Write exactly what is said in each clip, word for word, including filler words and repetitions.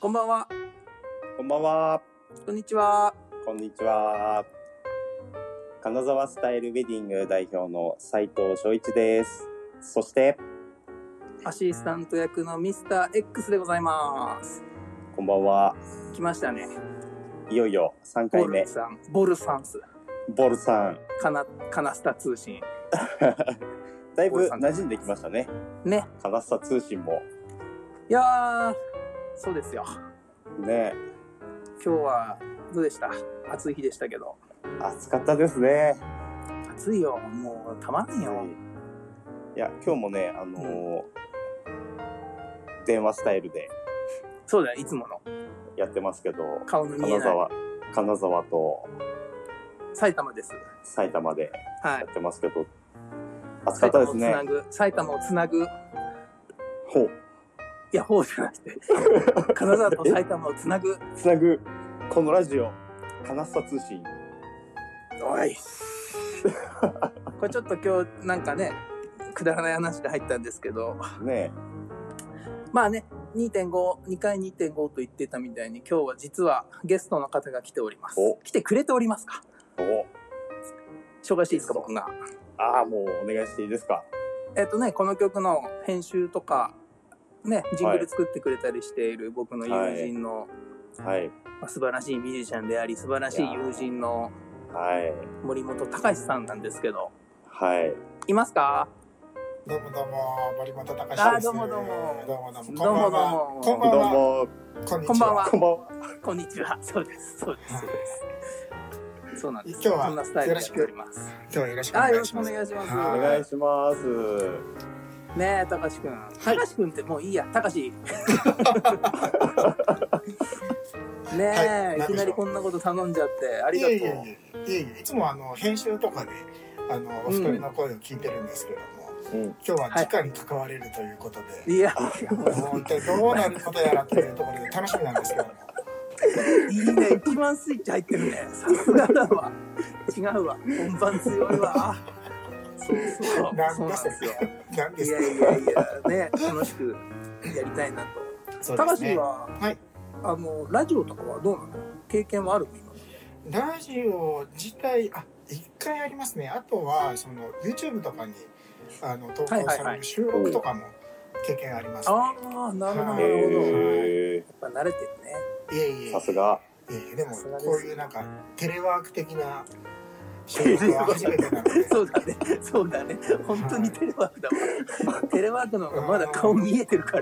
こんばんは。 こんばんは。 こんにちは。 こんにちは。金沢スタイルウェディング代表の斉藤翔一です。そしてアシスタント役のミスター X でございます。 こんばんは。 来ましたね。 いよいよさんかいめ。 ボルさん、ボルサンス。 ボルさん。 カナ、カナスタ通信。 だいぶ馴染んできましたね。 ね。 カナスタ通信も。 いやー、そうですよ。 ね。 今日はどうでした？暑い日でしたけど。 暑かったですね。 暑いよ。もうたまんよ。 いや、今日もね、あのーうん、電話スタイルで。 そうだよ、いつもの。 やってますけど。 顔の見えない。 金沢、金沢と。 埼玉です。 埼玉でやってますけど。はい、暑かったですね。 埼玉をつなぐ。 ほう。 いや、ほうじゃなくて。金沢と埼玉をつなぐ。 つなぐ。このラジオ。金沢通信。 おい。これちょっと今日なんかね、くだらない話が入ったんですけど。 ねえ。 まあね、にてんご、にかいにてんごと言ってたみたいに、今日は実はゲストの方が来ております。来てくれておりますか？ お。 紹介していいですか、僕が。 ああ、もうお願いしていいですか。 えっとね、この曲の編集とか、ね、ジングル作ってくれたりしている僕の友人の、 はい。 まあ、素晴らしいミュージシャンであり、素晴らしい友人の、 はい。 森本隆さんなんですけど。 はい。 いますか？ どうもどうも、森本隆です。 あ、どうもどうも。 どうもどうも。 どうもどうも。 こんばんは。 こんばんは。 こんばんは。 こんにちは。そうです。そうです。そうです。そうなんです。 今日はそんなスタイルでやっております。 今日はよろしくお願いします。 あ、よろしくお願いします。 お願いします。 ねえ、たかしくん。たかしくんってもういいや、たかし。ねえ、いきなりこんなこと頼んじゃってありがとう。いやいやいやいやいや、いつもあの編集とかであのお二人の声を聞いてるんですけども、うん、今日は直に関われるということで、 はい、いや、 もう一体どうなることやらというところで楽しみなんですけども。 いいね、一番スイッチ入ってるね。さすがだわ。違うわ。本番強いわ。そうそう。 なんですよ。なんですよ。いやいやいや、ね、楽しくやりたいなと。たかしは、はい、あのラジオとかはどうなの？経験はあるの？ラジオ自体、あ、一回ありますね。あとはその YouTube とかにあの投稿される収録とかも経験ありますね。 ああ、なるほどなるほど。やっぱ慣れてるね。 いえいえ。 さすが。 いえいえ、でもこういうなんかテレワーク的な収録は初めてなので。 そうだね、そうだね。本当にテレワークだわ。テレワークの方がまだ顔見えてるから。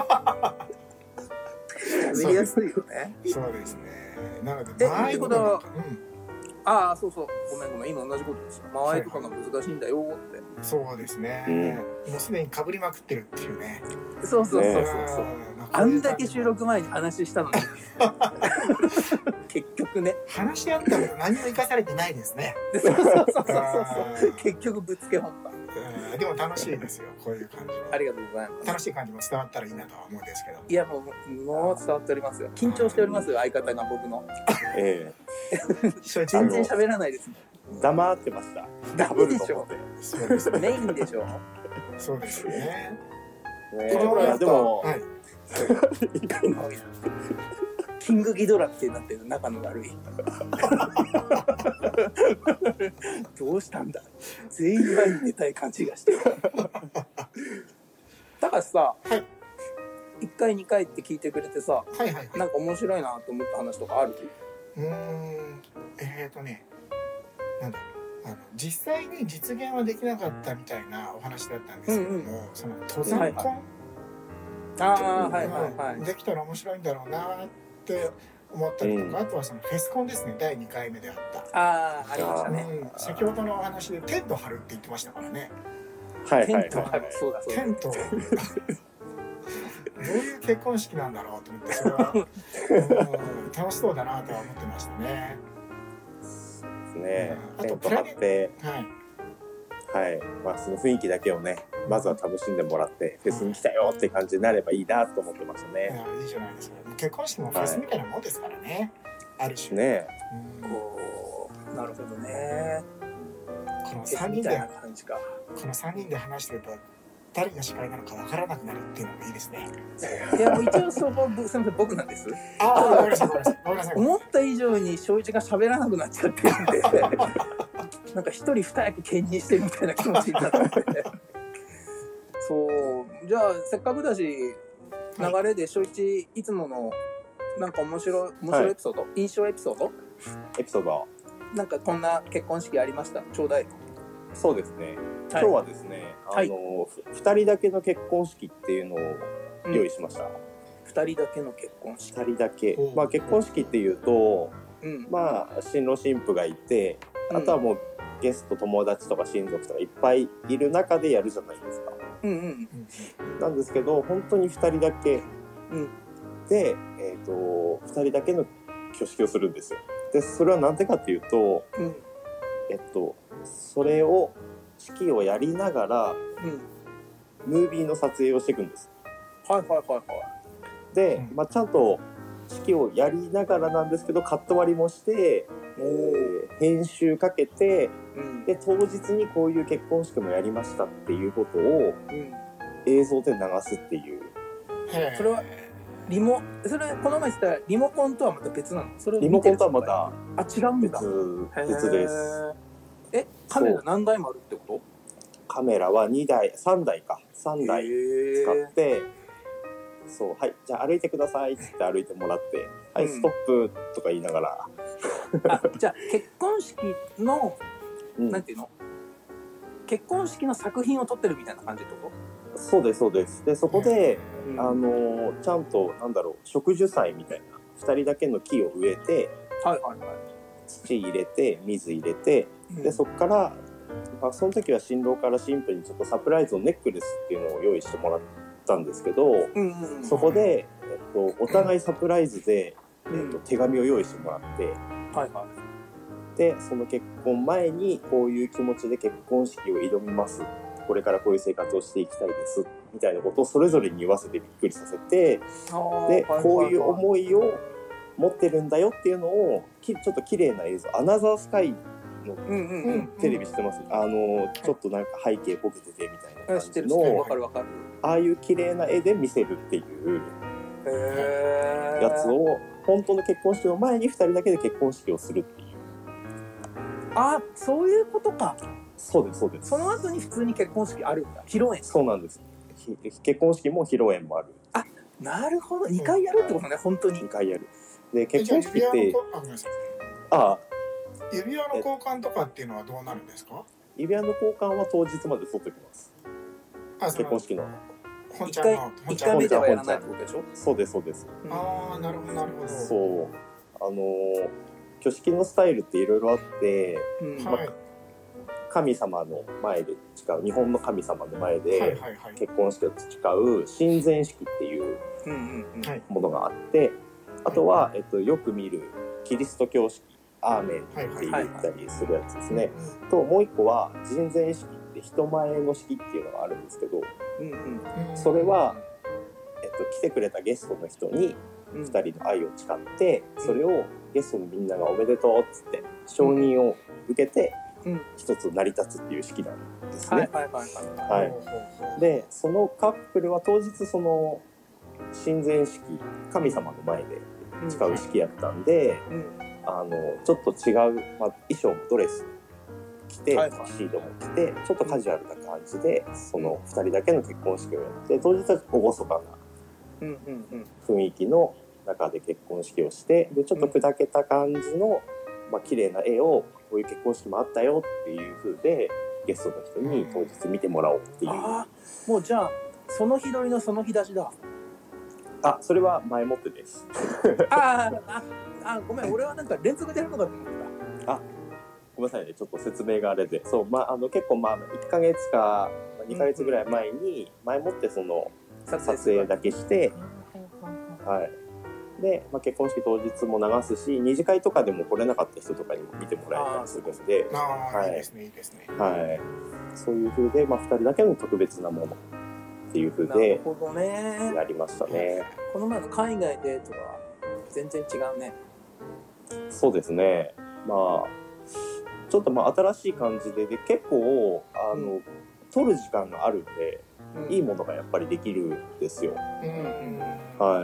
見やすいよね。 そうですね。なので、 え、ってことは、ああ、そうそう、ごめんごめん、今同じことですよ。間合いとかが難しいんだよって。 そうですね。もうすでに被りまくってるっていうね。 そうそうそうそう。あんだけ収録前に話したのに結局ね、 話し合ったけど何も生かされてないですね。 そうそうそうそう。結局ぶっつけ本番。 でも楽しいですよ、こういう感じは。 ありがとうございます。 楽しい感じも伝わったらいいなとは思うんですけど。 いやもうもう伝わっておりますよ。緊張しておりますよ、相方が僕の。ええ。全然喋らないですもん。 黙ってました。 ダメでしょ。 そうですね。 メインでしょ。 そうですね。 でも。 キングギドラってなってる、仲の悪い。どうしたんだ。全員前に出たい感じがしてる。だからさ、はい、いっかいにかいって聞いてくれてさ、はいはいはい、なんか面白いなと思った話とかある？ うーん、えーとね、なんだろう、あの実際に実現はできなかったみたいなお話だったんですけども、うんうん、その登山婚、はいはい、 ああ、はいはいはい、 できたら面白いんだろうなって思ったりとか、うん、あとはそのフェスコンですね、だいにかいめであった。 ああ、ありましたね、 うん。先ほどのお話でテント張るって言ってましたからね。 はいはいはい、 テント張る、そうだそうだ。 テントどういう結婚式なんだろうと思って、それは、うん、楽しそうだなとは思ってましたね。 そうですね。 うん、あとプラネット、 はい、はい、まあその雰囲気だけをね、まずは楽しんでもらってフェスに来たよって感じになればいいなと思ってましたね。 うん、いいじゃないですか。結婚式もフェスみたいなもんですからね。はい、ある種ね。 うん、こうなるほどね。 このさんにんでこのさんにんで話してると誰が司会なのかわからなくなるっていうのもいいですね。 いやもう一応そこ僕すみません僕なんです。 ああ、ごめんなさいごめんなさいごめんなさい。 思った以上に翔一が喋らなくなっちゃってるんでなんか一人二役兼任してるみたいな気持ちになってそうじゃあせっかくだし流れで翔一いつものなんか面白い面白いエピソード、はい、印象エピソードエピソードなんかこんな結婚式ありましたちょうだい。 そうですね、はい、今日はですね、あの、はい、ふたりだけの結婚式っていうのを用意しました、うん、 ふたりだけの結婚式ふたりだけ、まあ、結婚式っていうと、うん、まあ新郎新婦がいて、あとはもうゲスト友達とか親族とかいっぱいいる中でやるじゃないですか、うんうん、なんですけど本当にふたりだけ、うん、で、えーと、ふたりだけの挙式をするんですよ。でそれはなんでかっていうと、うん、えっとそれを式をやりながら、うん、ムービーの撮影をしていくんです。 はいはいはいはい。 で、まあ、ちゃんと式をやりながらなんですけどカット割りもして、えー、編集かけて、うん、で当日にこういう結婚式もやりましたっていうことを、うん、映像で流すっていう。 それはリモそれこの前言ったらリモコンとはまた別なの？それを見てるリモコンとはまたあ違うんだ。 別別です。 えカメラ何台もあるってこと？ カメラはにだいさんだいかさんだい使って、そうはいじゃあ歩いてくださいって言って歩いてもらって、はい、うん、ストップとか言いながらあじゃあ結婚式の、うん、なんていうの結婚式の作品を撮ってるみたいな感じってこと？ そうですそうです。でそこで、うん、あのちゃんとなんだろう植樹祭みたいなふたりだけの木を植えて、はいはいはい、土入れて水入れて、うん、でそこから、まあ、その時は新郎から新婦にちょっとサプライズのネックレスっていうのを用意してもらったんですけど、うんうんうん、そこで、えっと、お互いサプライズで、うんえっと、手紙を用意してもらって、はいはい、でその結婚前にこういう気持ちで結婚式を挑みます、これからこういう生活をしていきたいですみたいなことをそれぞれに言わせてびっくりさせて、でこういう思いを持ってるんだよっていうのをちょっと綺麗な映像、アナザースカイのテレビしてます、あのちょっとなんか背景ボケててみたいな感じのああいう綺麗な絵で見せるっていうやつを本当の結婚式の前にふたりだけで結婚式をするっていう。 あ、そういうことか。 そうですそうです。 その後に普通に結婚式あるんだ。披露宴。 そうなんです。結婚式も披露宴もある。 あ、なるほど。にかいやるってことね、うん、本当に。 にかいやる。で結婚式ってああ指輪の交換とかっていうのはどうなるんですか？ 指輪の交換は当日まで取っておきます。あ、結婚式の本ちゃんのいっかいめではやらないってことでしょ？ そうですそうです。 ああ、なるほどなるほど。 そうあの挙式のスタイルっていろいろあって、うんまあはい、神様の前で誓う日本の神様の前で結婚式を誓う神前式っていうものがあって、あとは、えっと、よく見るキリスト教式アーメンって言ったりするやつですね、ともう一個は人前式って人前の式っていうのがあるんですけど、うんうん、それは、えっと、来てくれたゲストの人にふたりの愛を誓って、それをゲストのみんながおめでとうっつって承認を受けて一つ成り立つっていう式なんですね。でそのカップルは当日その神前式神様の前で誓う式やったんで、うんうん、あのちょっと違う、まあ、衣装もドレス着て、はいはい、シードも着てちょっとカジュアルな感じで、うん、そのふたりだけの結婚式をやって、当日は厳かな雰囲気の中で結婚式をして、でちょっと砕けた感じの、まあ綺麗な絵をこういう結婚式もあったよっていう風でゲストの人に当日見てもらおうっていう、うん、あもうじゃあその日取りのその日出しだ。 あ、それは前もってですああ、あ、ごめん、俺はなんか連続でやるのかと思ってた。あ、ごめんなさいね、ちょっと説明があれで、そう、まあ、あの結構まあいっかげつかにかげつぐらい前に前もってその撮影だけして、はい。で、まあ、結婚式当日も流すし、二次会とかでも来れなかった人とかにも見てもらえたりするんで、 ああ、はい、いいですね、いいですね。 はい。そういう風で、まあ、ふたりだけの特別なものっていう風でやりましたね。 この前の海外でとは全然違うね。 そうですね。まあちょっとまあ新しい感じで、で結構あの、うん、撮る時間があるんで、 うん、いいものがやっぱりできるんですよ。うん、はい。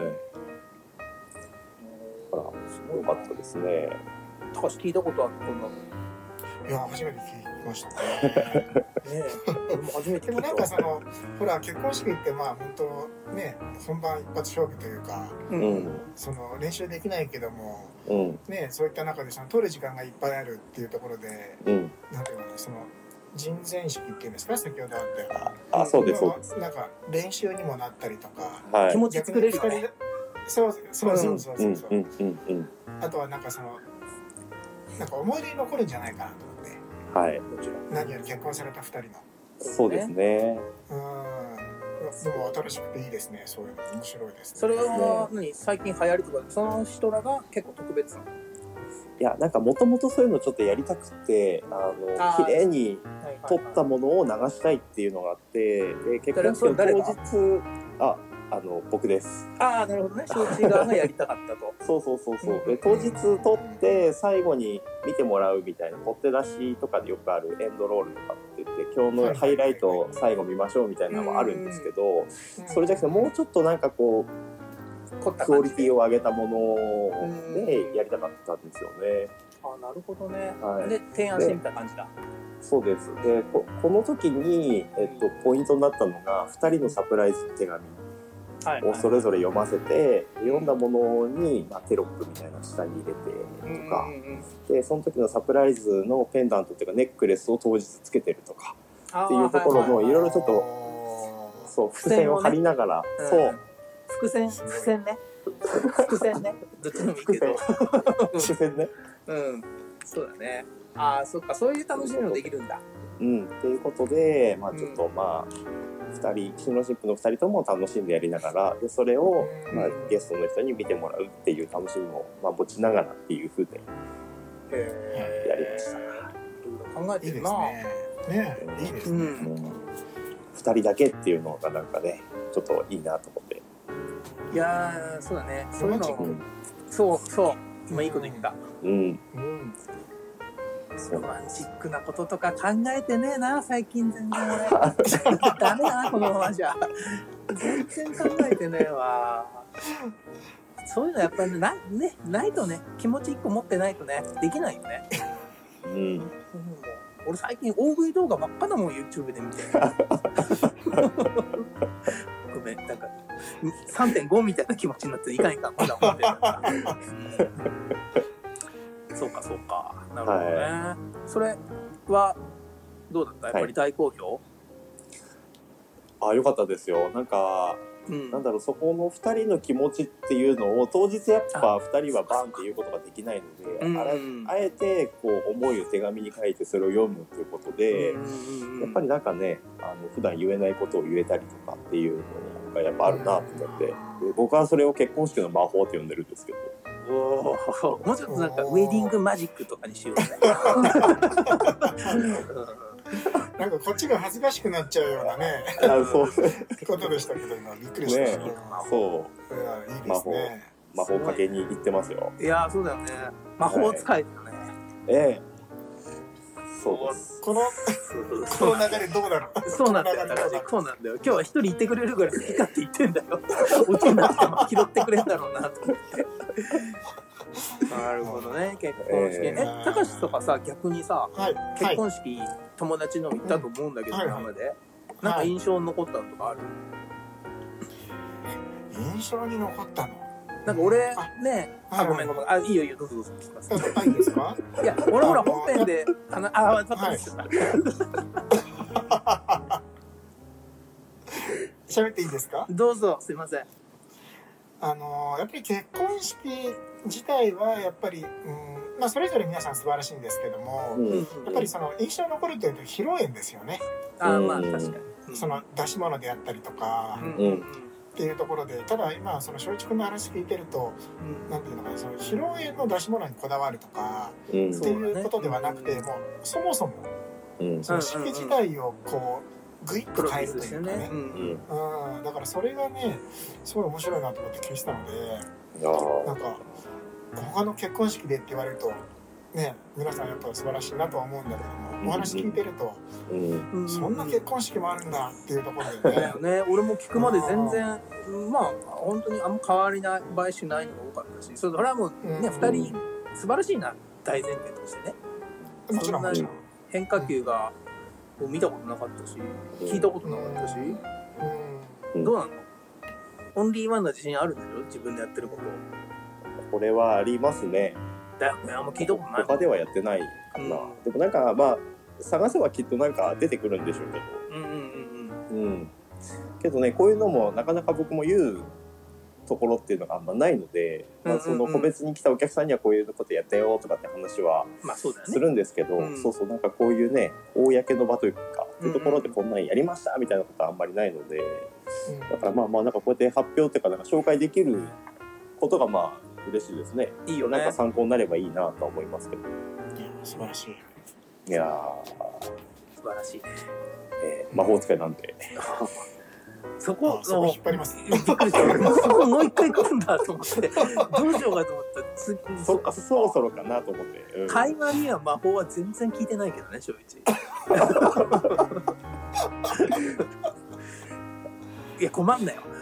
だから良かったですね。 高橋聞いたことあるこんなの？ いや初めて聞きましたね。ねえ、も初めて聞いた。 でもなんかそのほら結婚式ってまあ本当ね本番一発勝負というか、うん、その練習できないけども、うん、ねそういった中でその取る時間がいっぱいあるっていうところで、うん、なんていうのその人前式っていうんですか先ほどあったような。 あ、そうですそうです。 なんか練習にもなったりとか、 はい、気持ち作れるよね。 そうそうそうそうそうそう。うんうんうん、あとはなんかそのなんか思い出に残るんじゃないかなと思って。 はい。 もちろん。何より結婚されたふたりの。 そうですね。 うん。でも新しくていいですね。そういうの面白いですね。 それは何最近流行りとかでその人らが結構特別なの？ いやなんかもともとそういうのちょっとやりたくてあの綺麗に撮ったものを流したいっていうのがあってで結婚式の当日ああの僕です。 ああなるほどね。招致側がやりたかったと。 そうそうそうそう。で当日撮って最後に見てもらうみたいな取って出しとかでよくあるエンドロールとかって言って今日のハイライトを最後見ましょうみたいなのもあるんですけど、それじゃなくてもうちょっとなんかこうクオリティを上げたものでやりたかったんですよね。 あなるほどね。はい、で提案してみた感じだ。 そうです。で こ, この時に、えっと、ポイントになったのがふたりのサプライズ手紙をそれぞれ読ませて、読んだものに、まあ、テロップみたいな下に入れてとか、でその時のサプライズのペンダントっていうかネックレスを当日つけてるとかっていうところもいろいろちょっとそう付箋を貼りながら、 ね、そう伏線伏線ね伏線ねどっちでもいいけど伏線ねうんそうだね。ああそっかそういう楽しみもできるんだ。 うんっていうことでまあちょっとまあ、うん、ふたりシンロシップのふたりとも楽しんでやりながらでそれを、まあ、ゲストの人に見てもらうっていう楽しみも、まあ、持ちながらっていう風でやりました。 考えてるな。 いいですね。ねいいですね、うん、 ふたりだけっていうのがなんかねちょっといいなと思って。 いやーそうだねそういうの、うん、そうそう今いいこと言った。うん、うんロマンチックなこととか考えてねえな最近全然俺ダメだなこのままじゃ全然考えてねえわ。そういうのやっぱり な, ねないとね気持ち一個持ってないとねできないよね。うん、うん、俺最近大食い動画ばっかだもん YouTube で見てごめんなんか さんてんご みたいな気持ちになっていかないかまだ思ってるからそうかそうかなるほどね、はい、それはどうだったやっぱり大好評、 はい、あ良かったですよなんか、うん、なんだろうそこのふたりの気持ちっていうのを当日やっぱふたりはバンっていうことができないので、うん、あ, あえてこう思いを手紙に書いてそれを読むっていうことで、うん、やっぱりなんかねあの普段言えないことを言えたりとかっていうのがやっぱあるなと思って、で僕はそれを結婚式の魔法って呼んでるんですけどおもうちょっとなんかウェディングマジックとかにしようねなんかこっちが恥ずかしくなっちゃうようなねあそうことでしたけど今びっくりしました、ね、 そういいですね魔法かけに行ってますよ。 いやそうだよね魔法使えたよね、はい、 ええそうですこのこの流れどうだろうそうなんだよそうなんだよ今日は一人いてくれるから好きかって言ってんだよオチになっても拾ってくれんだろうなと思ってなるほどね結婚式、えー、え高橋とかさ逆にさ、はい、結婚式、はい、友達の行ったと思うんだけど、うん、今まで、はい、なんか印象に残ったのとかある、 はい、印象に残ったのなんか俺ねあごめんごめんあいいよいいよどうぞどうぞ聞かせていいですかいや俺ほら本編であのああパッとしてた喋っていいですかどうぞすいません。 あのやっぱり結婚式自体はやっぱり、うんまあ、それぞれ皆さん素晴らしいんですけども、うん、やっぱりその印象に残るというと披露宴ですよね。 あまあ確かにその出し物であったりとか、うん、っていうところでただ今その正一君の話聞いてると、うん、なんていうのかなその披露宴の出し物にこだわるとか、うん、っていうことではなくて、うん、もうそもそも、うん、その式自体をこうグイッと変えるというかね、うんうん、だからそれがねすごい面白いなと思って聞いてたのでなんか他の結婚式でって言われるとね皆さんやっぱ素晴らしいなとは思うんだけどもお話聞いてると、うんうん、そんな結婚式もあるんだっていうところでね。 ね、俺も聞くまで全然まあ本当にあんま変わりない場合しないのが多かったし、それはもうね、うん、ふたり素晴らしいな大前提としてね。 もちろん変化球が見たことなかったし、聞いたことなかったし、うん、どうなの？オンリーワンな自信あるんだよ、自分でやってること。 これはありますね。 だよね、あんま聞いたことない。 他ではやってないかな。うん、でもなんかまあ探せばきっとなんか出てくるんでしょうけど。うんうんうんうん。うん。けどね、こういうのもなかなか僕も言うところっていうのがあんまないので、まあ、その個別に来たお客さんにはこういうことやってよとかって話はするんですけど、まあ そうだよね、うん、そうそう、なんかこういうね公の場というかっていうところでこんなにやりましたみたいなことはあんまりないので、うん、だからまあまあなんかこうやって発表っていうかなんか紹介できることがまあ嬉しいですね。 いいよね。 なんか参考になればいいなとは思いますけど。 いや素晴らしい。 いや素晴らしいね。 えー、魔法使いなんで。 そこそこ引っ張ります。 びっくりした。そこもう一回来るんだと思ってどうしようかと思った次。 そっか、そろそろかなと思って、 うん、会話には魔法は全然聞いてないけどね、正一。いや困んなよ。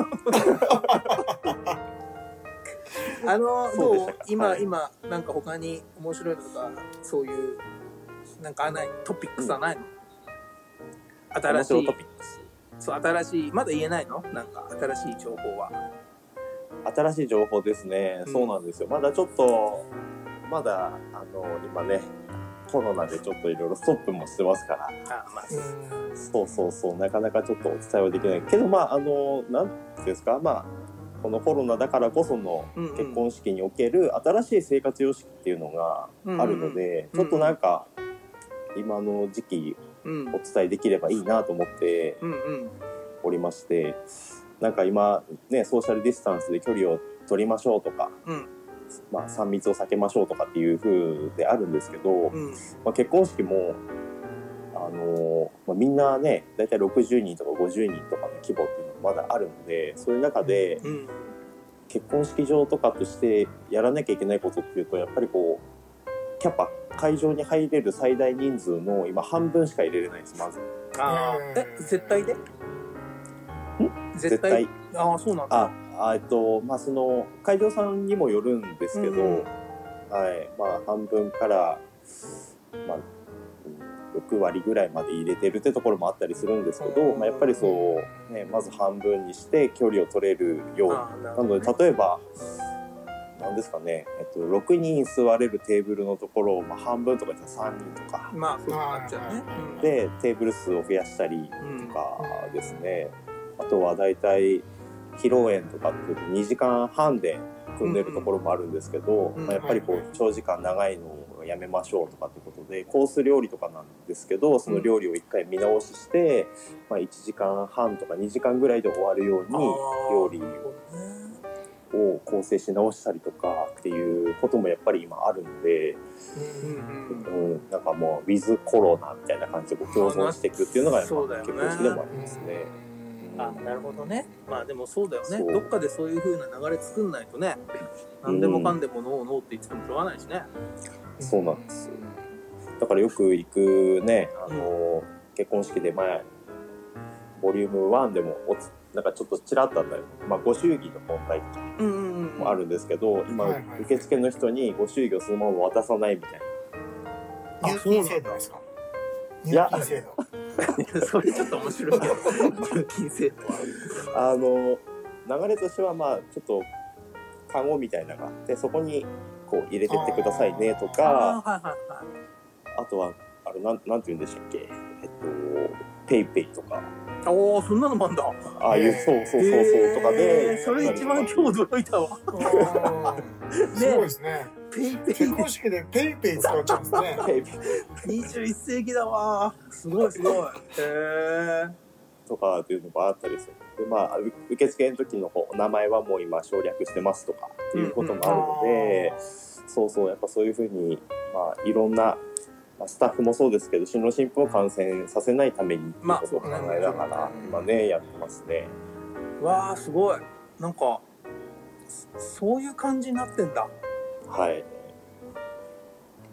あのどう今、はい、今なんか他に面白いのとかそういうなんかないトピックスはないの？うん、新しいトピックス。そう新しいまだ言えないの？なんか新しい情報は。 新しい情報ですね。うん、そうなんですよ。まだちょっとまだあの今ねコロナでちょっといろいろストップもしてますから。あまあ、うん、そうそうそうなかなかちょっとお伝えはできないけどまああのなんていうんですかまあこのコロナだからこその結婚式における新しい生活様式っていうのがあるので、うんうん、ちょっとなんか今の時期お伝えできればいいなと思っておりまして、なんか今ねソーシャルディスタンスで距離を取りましょうとか、うん、まあさん密を避けましょうとかっていう風であるんですけど、うんまあ、結婚式もあのまあ、みんなねだいたいろくじゅうにんとかごじゅうにんとかの規模っていうのがまだあるので、そういう中で、うん、結婚式場とかとしてやらなきゃいけないことっていうとやっぱりこうキャパ会場に入れる最大人数の今半分しか入れれないんですまず。 あえ絶対で？ん絶対。絶対ああそうなんだ。 あえっとまあその会場さんにもよるんですけど、うんうん、はいまあ半分からまあろくわりぐらいまで入れてるってところもあったりするんですけど、まあ、やっぱりそう、ね、まず半分にして距離を取れるように な, なので例えば何ですかね、えっと、ろくにん座れるテーブルのところを、まあ、半分とかじゃさんにんとか、 まあそうなっちゃうね、 でテーブル数を増やしたりとかですね、うん、あとはだいたい披露宴とかっていうとにじかんはんで組んでるところもあるんですけど、うんうんまあ、やっぱりこう長時間長いのをやめましょうとかってことでコース料理とかなんですけどその料理を一回見直しして、まあ、いちじかんはんとかにじかんぐらいで終わるように料理を構成し直したりとかっていうこともやっぱり今あるので、うんうん、なんかもうウィズコロナみたいな感じで共存していくっていうのがやっぱ結婚式でもありますね。 あなるほどね。まあでもそうだよね。どっかでそういう風な流れ作んないとね、何でもかんでもノーノーって言っててもしょうがないしね。 うん、そうなんです。だからよく行くね、あの、うん、結婚式で前ボリュームワンでもおつなんかちょっとちらっとあったり、まあご祝儀の本体とかもあるんですけど、今、はいはいはい、受付の人にご祝儀をそのまま渡さないみたいな。入金制度ですか？ いやそれちょっと面白いけど入金制度はあの流れとしてはまあちょっとカゴみたいなのがあってそこにこう入れてってくださいねとか あ,、はいはいはい、あとはあれなんなんて言うんでしたっけえっとペイペイとかおーそんなのもあんだああいうそうそうそうそうとかでそれ一番今日驚いたわすごいですねペイペイ結婚式でペイペイ使っちゃうんですねペイペイにじゅういっ世紀だわすごいすごいへーとかっていうのがあったりするでまあ受付の時のお名前はもう今省略してますとかっていうこともあるので、うんうん、そうそうやっぱそういうふうにまあいろんなスタッフもそうですけど新郎新婦を感染させないためにっていうことを考えながら今ねやってますね。 わーすごいなんかそういう感じになってんだ。 はい。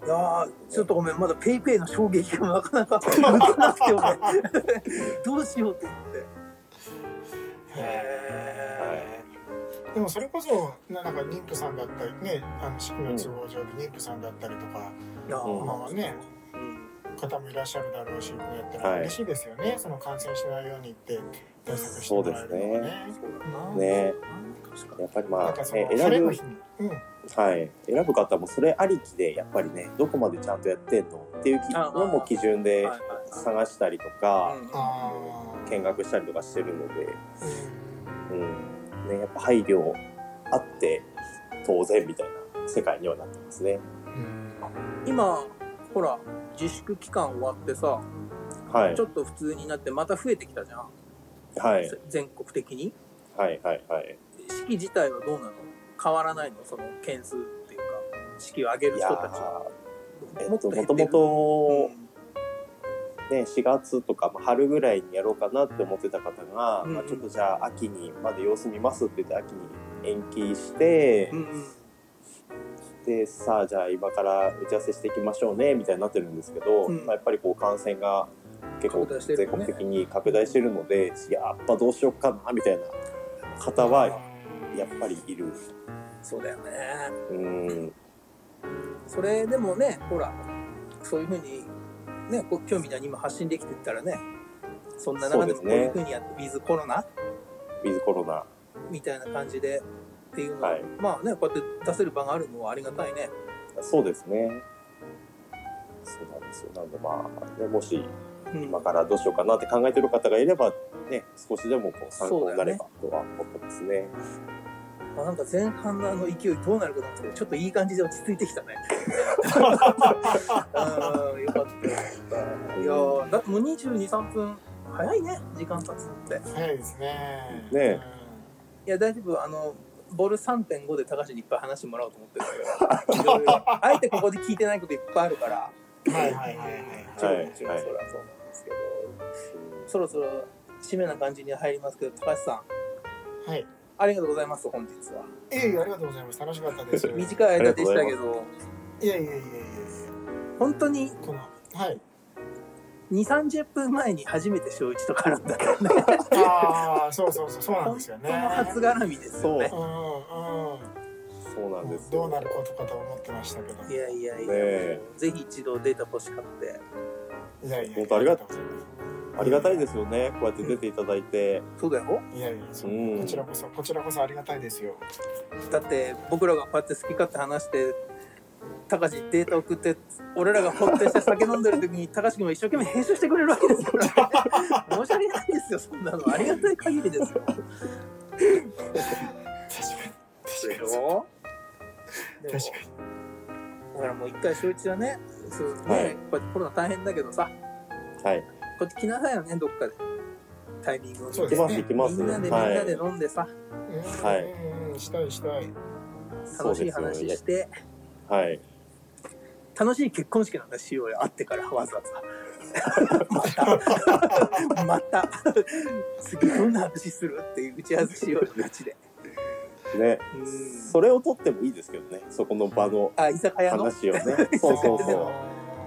いやちょっとごめん、まだペイペイの衝撃がなかなか抜けなくて俺どうしようと思って。 へー。でもそれこそなんか妊婦さんだったりね、あの式の都合上で妊婦さんだったりとか、うん、まあね、うん、方もいらっしゃるだろうし、やったら嬉しいですよね、はい、その感染しないようにって対策してもらえるのはね。 そうですね。ね、やっぱりまあ、ね、選ぶ、うん、はい、選ぶ方もそれありきでやっぱりね、どこまでちゃんとやってんのっていうのも基準で探したりとか、見学したりとかしてるので、うんね、やっぱ配慮あって当然みたいな世界にはなってますね。 うん、今ほら自粛期間終わってさ、はい、ちょっと普通になってまた増えてきたじゃん、はい、全国的に。 はいはいはい。 式自体はどうなの？変わらないの？その件数っていうか式を上げる人たちは。 えっと、もともとね、しがつとか、まあ、春ぐらいにやろうかなって思ってた方が、うんうん、まあ、ちょっとじゃあ秋にまで様子見ますって言って秋に延期して、うんうん、でさあじゃあ今から打ち合わせしていきましょうねみたいになってるんですけど、うん、まあ、やっぱりこう感染が結構全国的に拡大してるので、ね、やっぱどうしようかなみたいな方はやっぱりいる。 そうだよね。うん。それでもね、ほらそういう風にね、こう興味に今発信できてったらね、そんな中でもこういう風にやって、ね、ウィズコロナウィズコロナみたいな感じでっていうのは、はい、まあね、こうやって出せる場があるのはありがたいね。 そうですね。そうなんですよ。なんでまあ、ね、もし今からどうしようかなって考えてる方がいればね、少しでもこう参考になればとは思ってますね。 まあ、なんか前半のあの勢いどうなるかと思ってちょっといい感じで落ち着いてきたね。あよかったよかった。いやだってもうにじゅうに、さんぷん早いね、時間経つのって。 早いですね。 ねえ。 いや大丈夫、あのボル さんてんご で高橋にいっぱい話してもらおうと思ってるんだけど、あえてここで聞いてないこといっぱいあるから。 はいはいはいはい。 ちょろちょろそれはそうなんですけど、そろそろ締めな感じに入りますけど、高橋さん。はい。 ありがとうございます、本日は。 いえいえ、ありがとうございます。楽しかったです。 短い間でしたけど。 いやいやいやいや。 本当に、 この、はい。 に、さんじゅっぷんまえに初めて小一と絡んだからね。 ああ、そうそうそう、そうなんですよね。 本当の初絡みですよね。 そう。うんうん。そうなんです。 どうなることかと思ってましたけど。 いやいやいや、ね、ぜひ一度データ欲しかって。 いやいや、 本当ありがとうございます。ありがたいですよね、こうやって出ていただいて。 そうだよ。 いやいや、そう、うん、こちらこそ、こちらこそありがたいですよ。 だって僕らがこうやって好き勝手話して、高橋データ送って、俺らがほってして酒飲んでる時に高橋君も一生懸命編集してくれるわけですから、申し訳ないですよ、そんなの。ありがたい限りですよ。確かに。 確かに。確かに。 だからもう一回小一はね、そうね、はい、こうやってコロナ大変だけどさ。はい、こっち来なさいよね、どっかでタイミングを見て、ね、 行きます行きます。 みんなでみんなで飲んでさ、 はい、うん、したいしたい。 楽しい話して、 はい、 楽しい結婚式なんかしようよ、会ってからわざわざ。またまた次どんな話するっていう打ち合わせしようよ、ガチで。 ね、それを取ってもいいですけどね、そこの場の話をね。そうそうそう。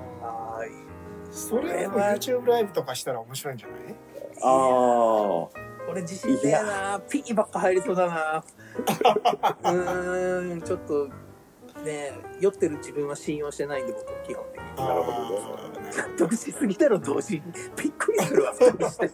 それを YouTube ライブとかしたら面白いんじゃない？ ああ。 俺自信ねえな。ピーばっか入りそうだな。うーん、ちょっとね、酔ってる自分は信用してないんで、僕は基本的に。 なるほどね。 納得しすぎだろ、同時に。びっくりするわ、ふたりしてる。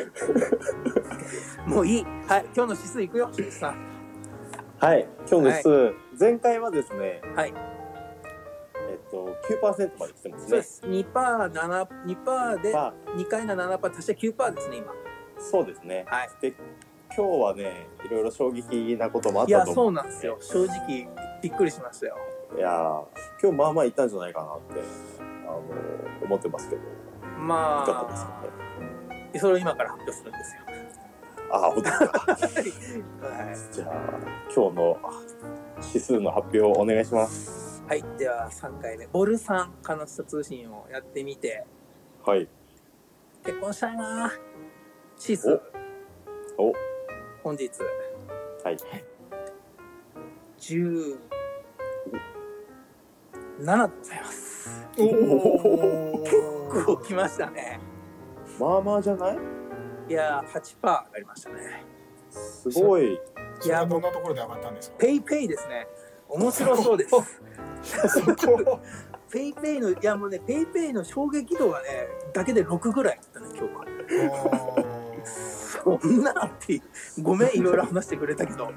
もういい。はい、今日の指数いくよ、指数さん。 はい、今日の指数、はい、前回はですね。 はい。 えっと、きゅうパーセント まで来てますね。 そうです。にパーセント、なな、にパーセント で、にかいの ななパーセント 足して きゅうパーセント ですね、今。 そうですね。 はい。 で、今日はね、いろいろ衝撃なこともあったと思う。 いや、そうなんですよ。正直、びっくりしましたよ。 いやー、今日まあまあいったんじゃないかなって、あの、思ってますけど。 まあ、 いかがですかね。それを今から発表するんですよ。 ああ、本当ですか。はい。じゃあ、今日の指数の発表をお願いします。 はい、ではさんかいめ、ボルさんカナスタ通信をやってみて、 はい。 結婚したいな。指数。 お。お。 本日。 はい。 じゅうななでございます。 おお結構きましたね。 まあまあじゃない？ いやー はちパーセント 上がりましたね。 すごい。 いやどんなところで上がったんですか？ ペイペイですね。面白そうです。そこペイペイのいやもうねペイペイの衝撃度がねだけでろくぐらいだったね今日は。そんなってごめんいろいろ話してくれたけど。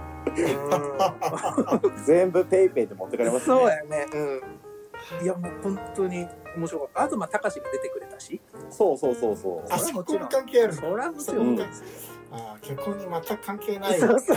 全部ペイペイで持ってかれますね。 そうやね。うん。いやもう本当に面白かった。あとまあ高志が出てくれたし。 そうそうそうそう。 あそこに関係ある。 そりゃもちろん。 あ結婚に全く関係ない。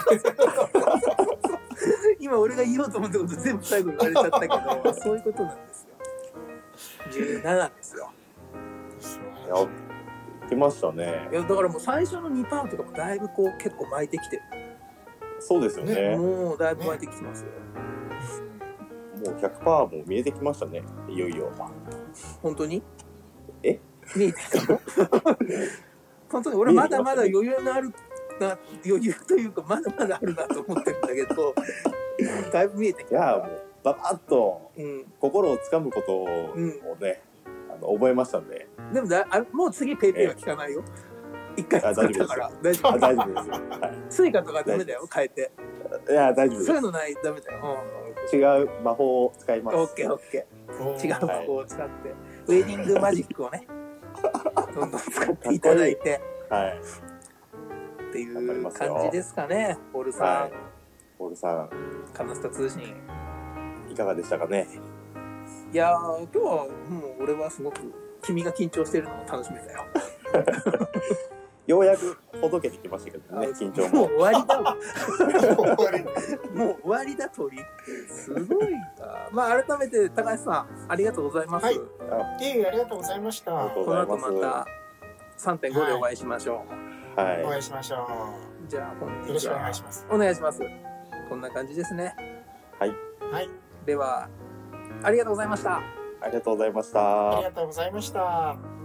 今俺が言おうと思ったこと全部最後に言われちゃったけどそういうことなんですよ。じゅうななですよ。 いや来ましたね。 いやだからもう最初のにパーとかもだいぶこう結構巻いてきてる。 そうですよね。 もうだいぶ巻いてきてますよ。 ね、もう ひゃくパーセント も見えてきましたね。いよいよ。 本当に？ え？ 見えてきたの？本当に俺まだまだ余裕のあるな余裕というかまだまだあるなと思ってるんだけどだいぶ見えてきた。 いやもうババッと心をつかむことをね、うん、あの覚えましたんで。 でもだあもう次ペイペイは聞かないよ。一回使ったから大丈夫です。大丈夫です。 はい、スイカとかダメだよ変えて。 いや大丈夫です。 そういうのないダメだよ。 うん、違う魔法を使います。 オッケーオッケー。違う魔法を使って、はい、ウェディングマジックをねどんどん使っていただいて。 はい。 っていう感じですかね、ポールさん。はい、 ポールさん。 カナスタ通信。 いかがでしたかね。 いやー、今日はもう俺はすごく君が緊張してるのを楽しめたよ。 ようやくほどけてきましたけどね、緊張も。 もう終わりだわ。もう終わりだ、鳥。すごいな。まあ、改めて高橋さん、ありがとうございます。はい。いえいえ、ありがとうございました。 この後また さんてんご でお会いしましょう。はい。お会いしましょう。じゃあ、本日はよろしくお願いします。 お願いします。こんな感じですね。 はい。 はい。 では、ありがとうございました。 ありがとうございました。 ありがとうございました。